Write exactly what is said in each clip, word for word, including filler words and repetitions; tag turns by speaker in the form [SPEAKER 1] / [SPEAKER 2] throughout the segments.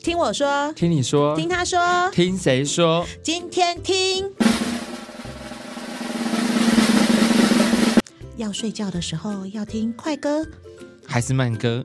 [SPEAKER 1] 听我说，
[SPEAKER 2] 听你说，
[SPEAKER 1] 听他说，
[SPEAKER 2] 听谁说？
[SPEAKER 1] 今天听。要睡觉的时候要听快歌
[SPEAKER 2] 还是慢歌？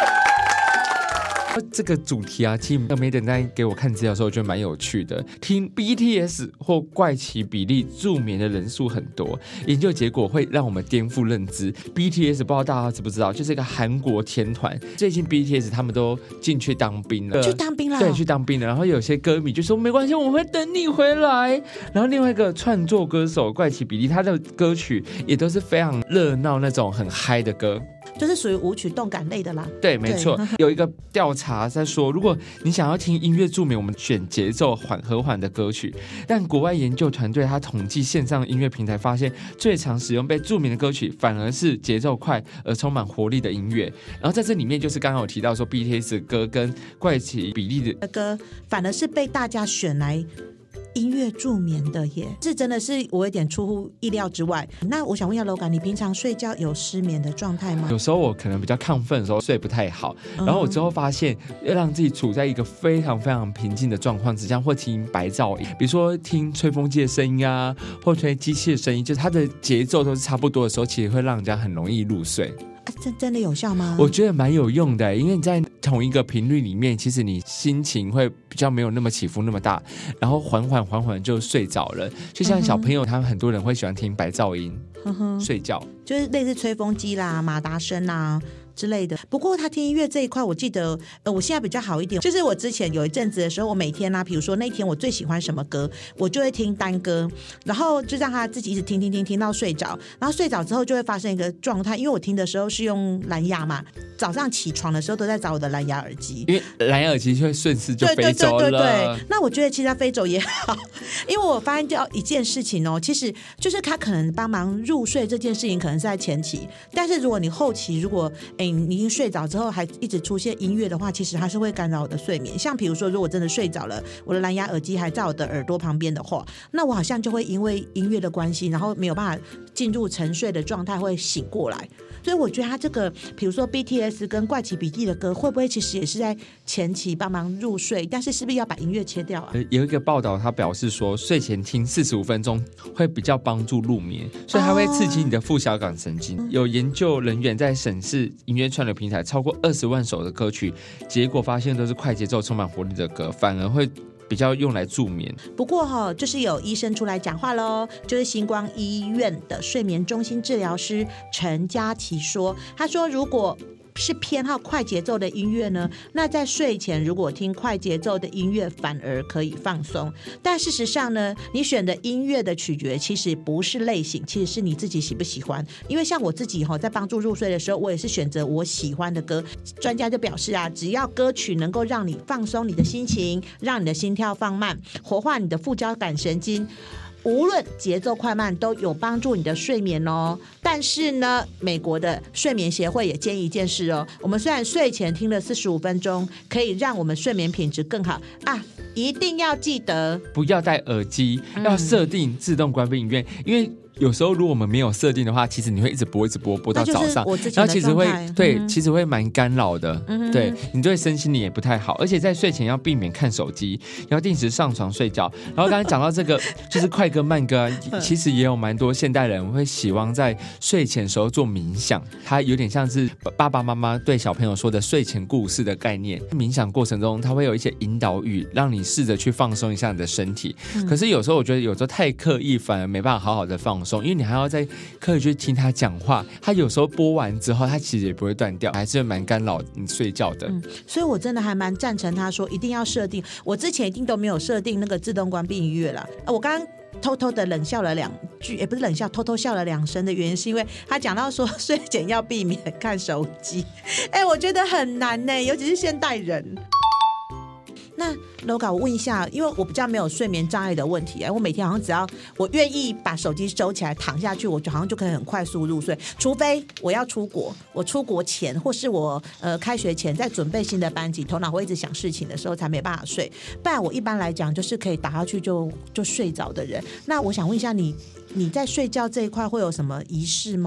[SPEAKER 2] 这个主题啊，其实梅等在给我看资料的时候，我觉得蛮有趣的。听 B T S 或怪奇比利助眠的人数很多，研究结果会让我们颠覆认知。B T S 不知道大家知不知道，就是一个韩国天团。最近 B T S 他们都进去当兵了，
[SPEAKER 1] 去当兵了，
[SPEAKER 2] 对，去当兵了。然后有些歌迷就说没关系，我们会等你回来。然后另外一个创作歌手怪奇比利，他的歌曲也都是非常热闹那种很嗨的歌。
[SPEAKER 1] 就是属于舞曲动感类的啦。
[SPEAKER 2] 对，没错。有一个调查在说，如果你想要听音乐助眠，我们选节奏缓和缓的歌曲。但国外研究团队他统计线上音乐平台发现，最常使用被助眠的歌曲反而是节奏快而充满活力的音乐。然后在这里面，就是刚刚有提到说 B T S 歌跟怪奇比利的
[SPEAKER 1] 歌，反而是被大家选来音乐助眠的耶，这真的是我有点出乎意料之外。那我想问一下 Loga， 你平常睡觉有失眠的状态吗？
[SPEAKER 2] 有时候我可能比较亢奋的时候睡不太好，然后我之后发现要让自己处在一个非常非常平静的状况之下，或听白噪音，比如说听吹风机的声音啊，或吹机器的声音，就是它的节奏都是差不多的时候，其实会让人家很容易入睡。
[SPEAKER 1] 啊、真真的有效吗？
[SPEAKER 2] 我觉得蛮有用的，因为你在同一个频率里面，其实你心情会比较没有那么起伏那么大，然后缓缓缓缓就睡着了。就像小朋友，他们很多人会喜欢听白噪音、嗯、睡觉，
[SPEAKER 1] 就是类似吹风机啦、马达声啦之类的。不过他听音乐这一块，我记得呃，我现在比较好一点，就是我之前有一阵子的时候，我每天啊，比如说那天我最喜欢什么歌，我就会听单歌，然后就让他自己一直听听听听到睡着，然后睡着之后就会发生一个状态，因为我听的时候是用蓝牙嘛，早上起床的时候都在找我的蓝牙耳机，
[SPEAKER 2] 因为蓝牙耳机就会顺势就飞走了。对对对对
[SPEAKER 1] 对，那我觉得其实它飞走也好，因为我发现到一件事情哦，其实就是它可能帮忙入睡这件事情可能是在前期，但是如果你后期如果哎你已经睡着之后还一直出现音乐的话，其实它是会干扰我的睡眠。像比如说如果真的睡着了，我的蓝牙耳机还在我的耳朵旁边的话，那我好像就会因为音乐的关系，然后没有办法进入沉睡的状态，会醒过来。所以我觉得他这个比如说 B T S 跟怪奇比利的歌会不会其实也是在前期帮忙入睡，但是是不是要把音乐切掉啊？
[SPEAKER 2] 有一个报道他表示说，睡前听四十五分钟会比较帮助入眠，所以它会刺激你的副交感神经、哦、有研究人员在审视音乐串流平台超过二十万首的歌曲，结果发现都是快节奏充满活力的歌，反而会比较用来助眠。
[SPEAKER 1] 不过、哦、就是有医生出来讲话咯，就是星光医院的睡眠中心治疗师陈嘉琪说，他说如果是偏好快节奏的音乐呢，那在睡前如果听快节奏的音乐反而可以放松。但事实上呢，你选的音乐的取决其实不是类型，其实是你自己喜不喜欢。因为像我自己、哦、在帮助入睡的时候，我也是选择我喜欢的歌。专家就表示啊，只要歌曲能够让你放松你的心情，让你的心跳放慢，活化你的副交感神经，无论节奏快慢都有帮助你的睡眠哦。但是呢，美国的睡眠协会也建议一件事哦，我们虽然睡前听了四十五分钟可以让我们睡眠品质更好啊，一定要记得
[SPEAKER 2] 不要戴耳机、嗯、要设定自动关闭音乐，因为有时候如果我们没有设定的话，其实你会一直播一直播播到早上，然后其实会对、嗯、其实会蛮干扰的、嗯、对你对身心灵也不太好。而且在睡前要避免看手机，要定时上床睡觉。然后刚才讲到这个就是快歌慢歌、啊、其实也有蛮多现代人会希望在睡前的时候做冥想，它有点像是爸爸妈妈对小朋友说的睡前故事的概念。冥想过程中它会有一些引导语，让你试着去放松一下你的身体、嗯、可是有时候我觉得有时候太刻意反而没办法好好的放松，因为你还要在刻意去听他讲话，他有时候播完之后他其实也不会断掉，还是蛮干扰你睡觉的、嗯、
[SPEAKER 1] 所以我真的还蛮赞成他说一定要设定，我之前一定都没有设定那个自动关闭音乐啦。我刚刚偷偷的冷笑了两句，也不是冷笑，偷偷笑了两声的原因是因为他讲到说睡前要避免看手机，哎，我觉得很难呢，尤其是现代人。那 Loga 我问一下，因为我比较没有睡眠障碍的问题，我每天好像只要我愿意把手机收起来躺下去，我就好像就可以很快速入睡，除非我要出国，我出国前或是我呃开学前在准备新的班级，头脑会一直想事情的时候才没办法睡，不然我一般来讲就是可以打下去就就睡着的人。那我想问一下你，你在睡觉这一块会有什么仪式吗？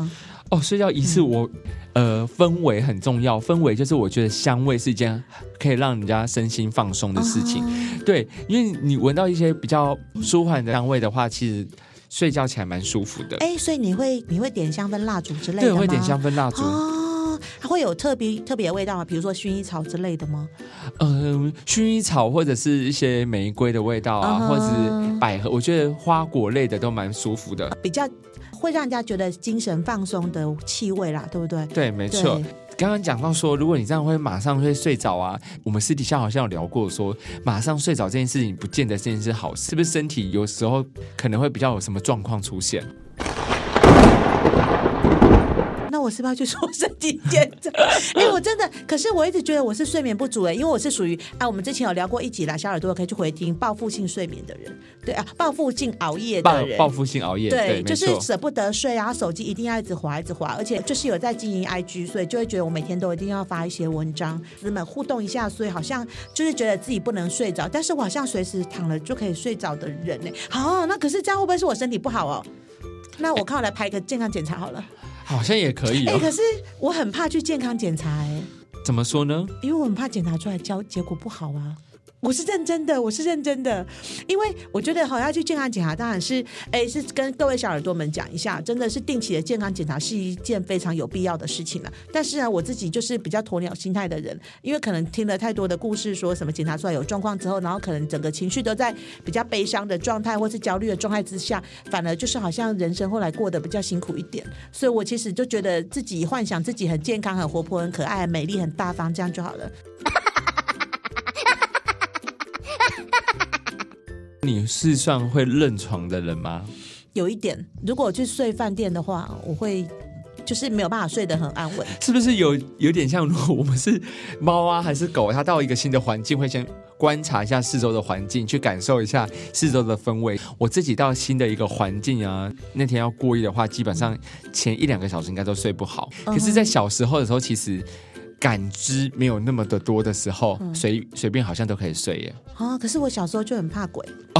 [SPEAKER 2] 哦，睡觉仪式我、嗯、呃氛围很重要，氛围就是我觉得香味是一件可以让人家身心放松的事情、哦、对，因为你闻到一些比较舒缓的香味的话，其实睡觉起来蛮舒服的。
[SPEAKER 1] 哎，所以你会你会点香氛蜡烛之类的吗？
[SPEAKER 2] 对，我会点香氛蜡烛。
[SPEAKER 1] 哦，它会有特别特别的味道吗？比如说薰衣草之类的吗？
[SPEAKER 2] 嗯、呃，薰衣草或者是一些玫瑰的味道啊， uh-huh. 或者是百合，我觉得花果类的都蛮舒服的，
[SPEAKER 1] 比较会让人家觉得精神放松的气味啦，对不对？
[SPEAKER 2] 对，没错。刚刚讲到说，如果你这样会马上会睡着啊，我们私底下好像有聊过说，马上睡着这件事情不见得这件事好事，是不是身体有时候可能会比较有什么状况出现？
[SPEAKER 1] 那我是不是要去做身体检查？哎、欸，我真的，可是我一直觉得我是睡眠不足哎、欸，因为我是属于啊，我们之前有聊过一集啦，小耳朵可以去回听报复性睡眠的人，对啊，报复性熬夜的人，
[SPEAKER 2] 报复性熬夜，
[SPEAKER 1] 对，对就是舍不得睡啊，手机一定要一直滑一直滑，而且就是有在经营 I G， 所以就会觉得我每天都一定要发一些文章，粉丝们互动一下，所以好像就是觉得自己不能睡着，但是我好像随时躺了就可以睡着的人哎、欸，好、啊，那可是这样会不会是我身体不好哦？那我看我来拍一个健康检查好了。
[SPEAKER 2] 好像也可以、哦
[SPEAKER 1] 欸、可是我很怕去健康检查哎、欸，
[SPEAKER 2] 怎么说呢？
[SPEAKER 1] 因为我很怕检查出来交结果不好啊。我是认真的，我是认真的，因为我觉得好要去健康检查，当然是哎、欸，是跟各位小耳朵们讲一下，真的是定期的健康检查是一件非常有必要的事情了。但是呢，我自己就是比较鸵鸟心态的人，因为可能听了太多的故事，说什么检查出来有状况之后，然后可能整个情绪都在比较悲伤的状态或是焦虑的状态之下，反而就是好像人生后来过得比较辛苦一点。所以我其实就觉得自己幻想自己很健康、很活泼、很可爱、很美丽、很大方，这样就好了。
[SPEAKER 2] 你是算会认床的人吗？
[SPEAKER 1] 有一点，如果我去睡饭店的话，我会就是没有办法睡得很安稳。
[SPEAKER 2] 是不是有有点像，如果我们是猫啊还是狗，它到一个新的环境会先观察一下四周的环境，去感受一下四周的氛围。我自己到新的一个环境啊，那天要过夜的话，基本上前一两个小时应该都睡不好。可是在小时候的时候，其实感知没有那么的多的时候，嗯、随随便好像都可以睡耶。
[SPEAKER 1] 啊，可是我小时候就很怕鬼哦。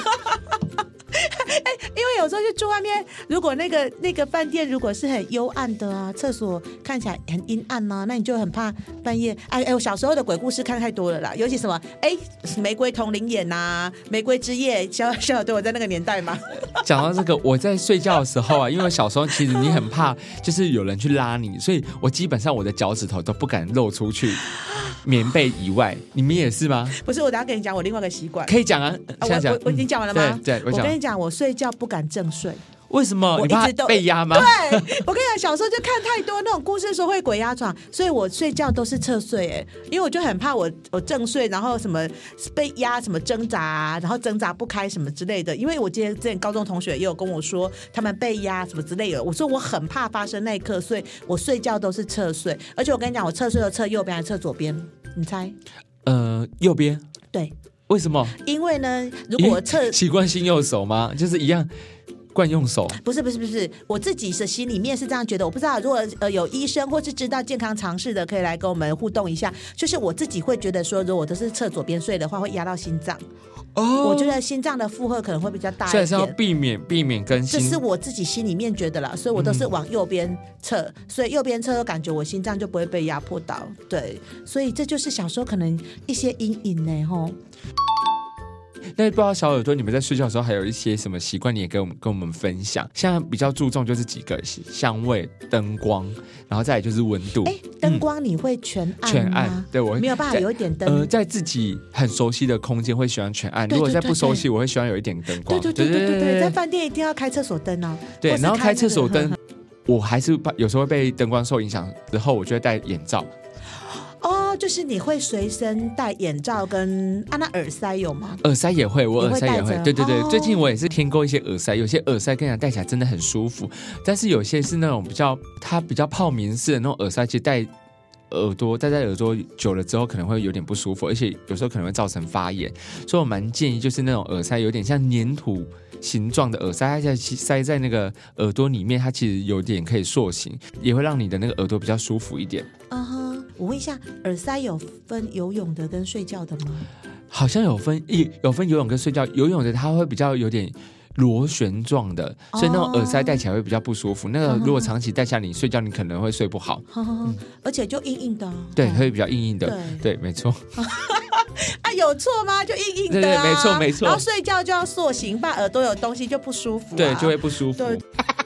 [SPEAKER 1] 欸、因为有时候去住外面，如果那个那个饭店如果是很幽暗的啊，厕所看起来很阴暗啊，那你就很怕半夜。哎哎，我小时候的鬼故事看太多了啦，尤其什么哎，玫瑰同林眼呐，玫瑰之夜，小小耳朵我在那个年代嘛。
[SPEAKER 2] 讲到这个，我在睡觉的时候啊，因为小时候其实你很怕，就是有人去拉你，所以我基本上我的脚趾头都不敢露出去棉被以外。你们也是吗？
[SPEAKER 1] 不是，我等一下跟你讲我另外一个习惯。
[SPEAKER 2] 可以讲啊，现在讲、
[SPEAKER 1] 啊、我, 我, 我已经讲完了吗？
[SPEAKER 2] 对对，我,
[SPEAKER 1] 我跟你讲，我睡觉不敢正睡。
[SPEAKER 2] 为什么？你怕被压吗？
[SPEAKER 1] 对，我跟你讲，小时候就看太多那种故事说会鬼压床，所以我睡觉都是侧睡哎，因为我就很怕我我正睡，然后什么被压什么挣扎啊，然后挣扎不开什么之类的。因为我记得之前高中同学也有跟我说他们被压什么之类的，我说我很怕发生那一刻，所以我睡觉都是侧睡。而且我跟你讲，我侧睡的侧右边还是侧左边？你猜？
[SPEAKER 2] 呃，右边。
[SPEAKER 1] 对。
[SPEAKER 2] 为什么？
[SPEAKER 1] 因为呢，如果我侧
[SPEAKER 2] 习惯性右手吗？就是一样。惯用手。
[SPEAKER 1] 不是不是不是，我自己是心里面是这样觉得，我不知道如果呃有医生或是知道健康常识的可以来跟我们互动一下。就是我自己会觉得说，如果我都是侧左边睡的话，会压到心脏。哦，我觉得心脏的负荷可能会比较大一点，
[SPEAKER 2] 所以是要避免避免跟心，
[SPEAKER 1] 这是我自己心里面觉得啦，所以我都是往右边侧、嗯，所以右边侧感觉我心脏就不会被压迫到。对，所以这就是小时候可能一些阴影呢吼。
[SPEAKER 2] 那不知道小耳朵，你们在睡觉的时候还有一些什么习惯？你也跟我们跟我们分享。像比较注重就是几个香味、灯光，然后再来就是温度。哎，
[SPEAKER 1] 灯光你会全暗吗？
[SPEAKER 2] 全暗，对，我
[SPEAKER 1] 没有办法有一点灯。
[SPEAKER 2] 呃，在自己很熟悉的空间会喜欢全暗，如果在不熟悉，我会喜欢有一点灯光。
[SPEAKER 1] 对对对对对对，在饭店一定要开厕所灯啊。
[SPEAKER 2] 对，然后开厕所灯，我还是有时候会被灯光受影响，之后我就会戴眼罩。
[SPEAKER 1] 哦，就是你会随身戴眼罩跟啊，那耳塞有吗？
[SPEAKER 2] 耳塞也会，我耳塞也会。对对对、哦，最近我也是添购一些耳塞，有些耳塞跟你讲戴起来真的很舒服，但是有些是那种比较它比较泡棉式的那种耳塞，其实戴耳朵戴在耳朵久了之后可能会有点不舒服，而且有时候可能会造成发炎，所以我蛮建议就是那种耳塞有点像粘土形状的耳塞，它在塞在那个耳朵里面，它其实有点可以塑形，也会让你的那个耳朵比较舒服一点。
[SPEAKER 1] 嗯哼。我问一下，耳塞有分游泳的跟睡觉的吗？
[SPEAKER 2] 好像有分，有分游泳跟睡觉。游泳的它会比较有点螺旋状的，所以那种耳塞戴起来会比较不舒服、哦、那个如果长期戴下你睡觉你可能会睡不好、
[SPEAKER 1] 嗯、而且就硬硬的、啊、
[SPEAKER 2] 对，会比较硬硬的， 对, 对没错
[SPEAKER 1] 啊，有错吗？就硬硬的、啊、
[SPEAKER 2] 对对没错没错，
[SPEAKER 1] 然后睡觉就要塑形，不然耳朵有东西就不舒服、啊、
[SPEAKER 2] 对，就会不舒服。对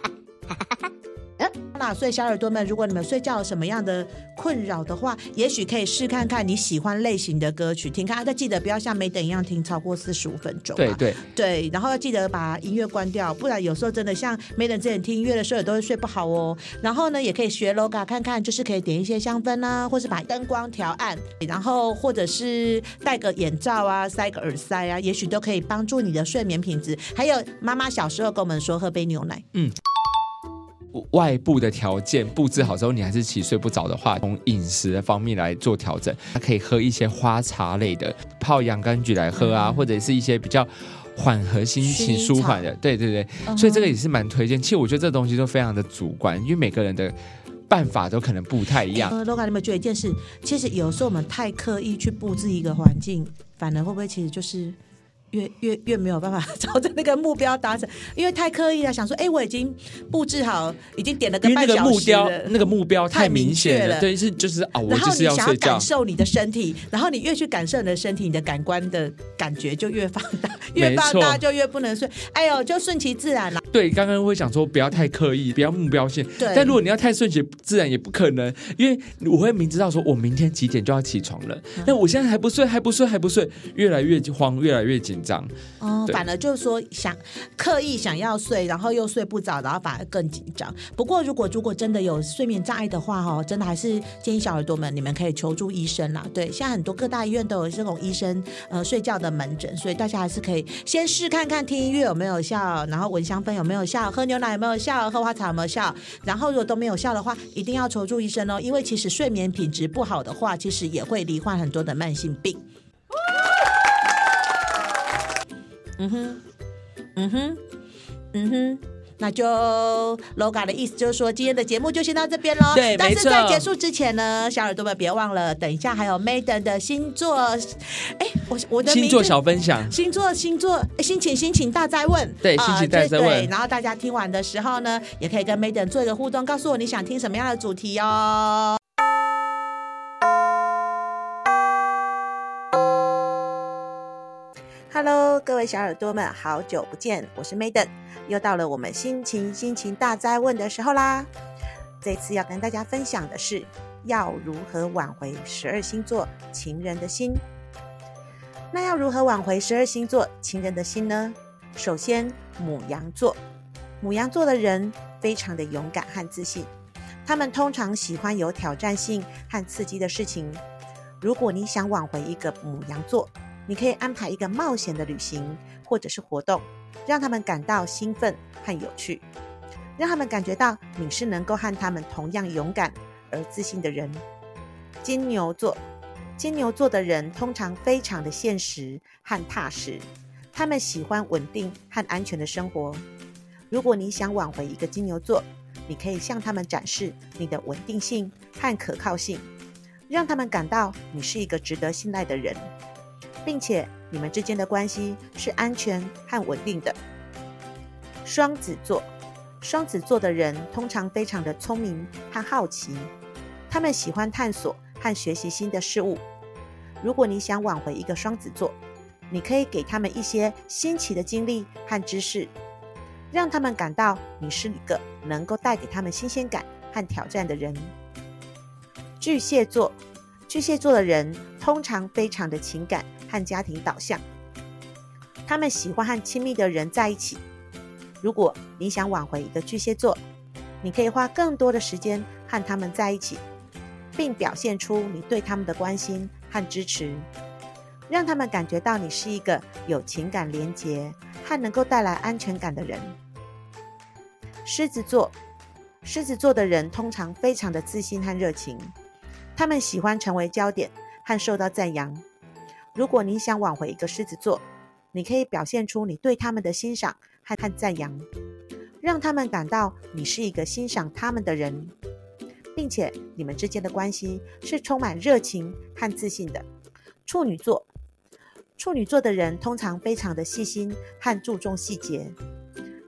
[SPEAKER 1] 那所以小耳朵们，如果你们睡觉有什么样的困扰的话，也许可以试看看你喜欢类型的歌曲听看，但记得不要像Mayden一样听超过四十五分钟、啊、
[SPEAKER 2] 对对
[SPEAKER 1] 对，然后要记得把音乐关掉，不然有时候真的像Mayden之前听音乐的时候也都会睡不好哦。然后呢也可以学 Loga 看看，就是可以点一些香氛啊，或是把灯光调暗，然后或者是戴个眼罩啊，塞个耳塞啊，也许都可以帮助你的睡眠品质。还有妈妈小时候跟我们说喝杯牛奶，
[SPEAKER 2] 嗯，外部的条件布置好之后你还是起睡不着的话，从饮食的方面来做调整，可以喝一些花茶类的，泡洋甘菊来喝啊、嗯、或者是一些比较缓和心情舒缓的，对对对、嗯、所以这个也是蛮推荐。其实我觉得这东西都非常的主观，因为每个人的办法都可能不太一样。
[SPEAKER 1] 呃 Loga 你有没有觉得一件事，其实有时候我们太刻意去布置一个环境，反而会不会其实就是越越越没有办法朝着那个目标达成，因为太刻意了，想说哎，我已经布置好，已经点了个半小时了，因为那个目标
[SPEAKER 2] 那个目标太明显了，对，是就是啊、哦，我就是要睡觉。然后你想要
[SPEAKER 1] 感受你的身体，然后你越去感受你的身体，你的感官的感觉就越放大，越放大就越不能睡。哎呦，就顺其自然啦。
[SPEAKER 2] 对，刚刚会讲说不要太刻意，不要目标性。对，但如果你要太顺其自然也不可能，因为我会明知道说我明天几点就要起床了，但、嗯、我现在还不睡，还不睡，还不睡，越来越慌，越来越紧张。
[SPEAKER 1] 哦，反而就是说想刻意想要睡，然后又睡不着，然后反而更紧张。不过如果如果真的有睡眠障碍的话、哦、真的还是建议小耳朵们你们可以求助医生啦。对，现在很多各大医院都有这种医生呃睡觉的门诊，所以大家还是可以先试看看听音乐有没有效，然后闻香氛有没有效，喝牛奶有没有效，喝花茶有没有效，然后如果都没有效的话一定要求助医生哦，因为其实睡眠品质不好的话其实也会罹患很多的慢性病。嗯哼，嗯哼，嗯哼，那就 Loga 的意思就是说，今天的节目就先到这边咯。
[SPEAKER 2] 对，
[SPEAKER 1] 但是在结束之前呢，小耳朵们别忘了，等一下还有 Mayden 的星座，哎，我我的
[SPEAKER 2] 星座小分享，
[SPEAKER 1] 星座星座心情心情大哉问，
[SPEAKER 2] 对，心情大哉问、呃。
[SPEAKER 1] 对，然后大家听完的时候呢，也可以跟 Mayden 做一个互动，告诉我你想听什么样的主题哦。Hello， 各位小耳朵们，好久不见，我是 Mayden， 又到了我们心情心情大哉问的时候啦。这次要跟大家分享的是要如何挽回十二星座情人的心。那要如何挽回十二星座情人的心呢？首先，牡羊座，牡羊座的人非常的勇敢和自信，他们通常喜欢有挑战性和刺激的事情。如果你想挽回一个牡羊座，你可以安排一个冒险的旅行或者是活动，让他们感到兴奋和有趣，让他们感觉到你是能够和他们同样勇敢而自信的人。金牛座，金牛座的人通常非常的现实和踏实，他们喜欢稳定和安全的生活。如果你想挽回一个金牛座，你可以向他们展示你的稳定性和可靠性，让他们感到你是一个值得信赖的人，并且你们之间的关系是安全和稳定的。双子座，双子座的人通常非常的聪明和好奇，他们喜欢探索和学习新的事物。如果你想挽回一个双子座，你可以给他们一些新奇的经历和知识，让他们感到你是一个能够带给他们新鲜感和挑战的人。巨蟹座，巨蟹座的人通常非常的情感和家庭导向，他们喜欢和亲密的人在一起。如果你想挽回一个巨蟹座，你可以花更多的时间和他们在一起，并表现出你对他们的关心和支持，让他们感觉到你是一个有情感连结和能够带来安全感的人。狮子座，狮子座的人通常非常的自信和热情，他们喜欢成为焦点和受到赞扬。如果你想挽回一个狮子座，你可以表现出你对他们的欣赏和赞扬，让他们感到你是一个欣赏他们的人，并且你们之间的关系是充满热情和自信的。处女座，处女座的人通常非常的细心和注重细节，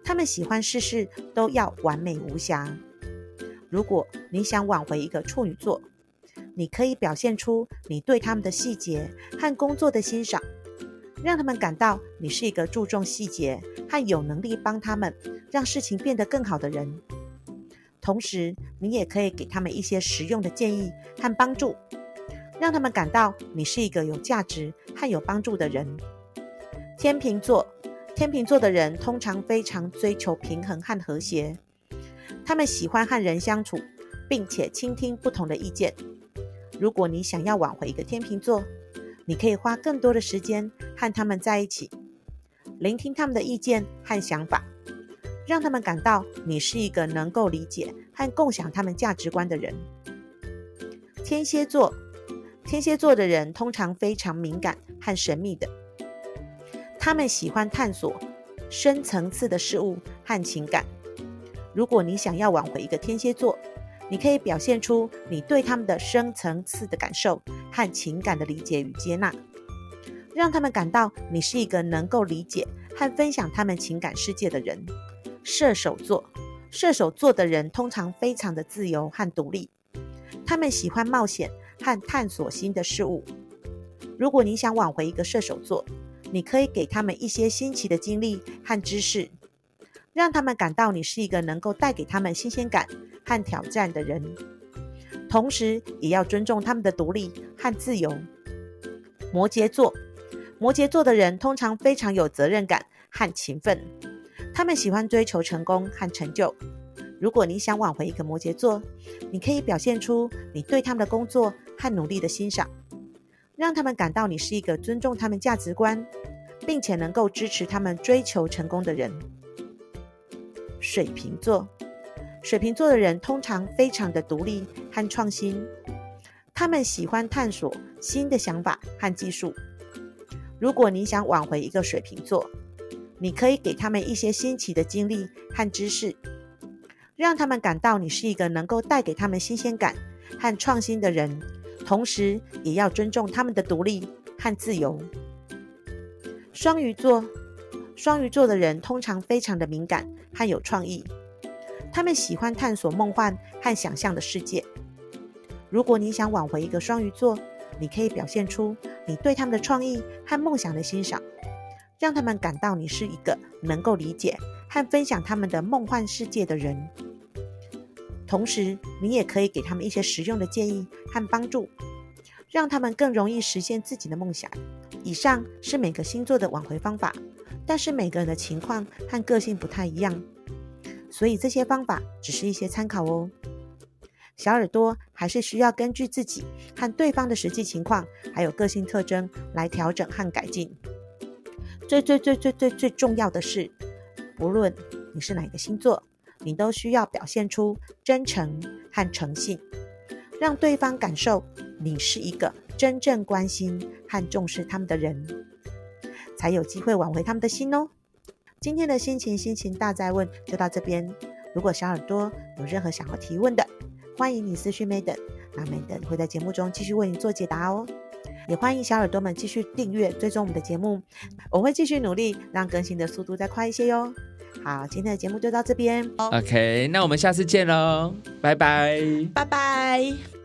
[SPEAKER 1] 他们喜欢事事都要完美无瑕。如果你想挽回一个处女座，你可以表现出你对他们的细节和工作的欣赏，让他们感到你是一个注重细节和有能力帮他们让事情变得更好的人。同时，你也可以给他们一些实用的建议和帮助，让他们感到你是一个有价值和有帮助的人。天秤座，天秤座的人通常非常追求平衡和和谐，他们喜欢和人相处，并且倾听不同的意见。如果你想要挽回一个天秤座，你可以花更多的时间和他们在一起，聆听他们的意见和想法，让他们感到你是一个能够理解和共享他们价值观的人。天蝎座，天蝎座的人通常非常敏感和神秘的，他们喜欢探索深层次的事物和情感。如果你想要挽回一个天蝎座，你可以表现出你对他们的深层次的感受和情感的理解与接纳，让他们感到你是一个能够理解和分享他们情感世界的人。射手座，射手座的人通常非常的自由和独立，他们喜欢冒险和探索新的事物。如果你想挽回一个射手座，你可以给他们一些新奇的经历和知识，让他们感到你是一个能够带给他们新鲜感和挑战的人，同时也要尊重他们的独立和自由。摩羯座，摩羯座的人通常非常有责任感和勤奋，他们喜欢追求成功和成就。如果你想挽回一个摩羯座，你可以表现出你对他们的工作和努力的欣赏，让他们感到你是一个尊重他们价值观，并且能够支持他们追求成功的人。水瓶座，水瓶座的人通常非常的独立和创新，他们喜欢探索新的想法和技术。如果你想挽回一个水瓶座，你可以给他们一些新奇的经历和知识，让他们感到你是一个能够带给他们新鲜感和创新的人，同时也要尊重他们的独立和自由。双鱼座，双鱼座的人通常非常的敏感和有创意，他们喜欢探索梦幻和想象的世界。如果你想挽回一个双鱼座，你可以表现出你对他们的创意和梦想的欣赏，让他们感到你是一个能够理解和分享他们的梦幻世界的人。同时，你也可以给他们一些实用的建议和帮助，让他们更容易实现自己的梦想。以上是每个星座的挽回方法，但是每个人的情况和个性不太一样，所以这些方法只是一些参考哦。小耳朵还是需要根据自己和对方的实际情况还有个性特征来调整和改进。最最最最最最重要的是，不论你是哪个星座，你都需要表现出真诚和诚信，让对方感受你是一个真正关心和重视他们的人，才有机会挽回他们的心哦。今天的心情心情大哉问就到这边，如果小耳朵有任何想要提问的，欢迎你私讯 Madam， 那 Madam 会在节目中继续为你做解答哦。也欢迎小耳朵们继续订阅追踪我们的节目，我会继续努力让更新的速度再快一些哟。好，今天的节目就到这边
[SPEAKER 2] OK， 那我们下次见咯，拜拜
[SPEAKER 1] 拜拜。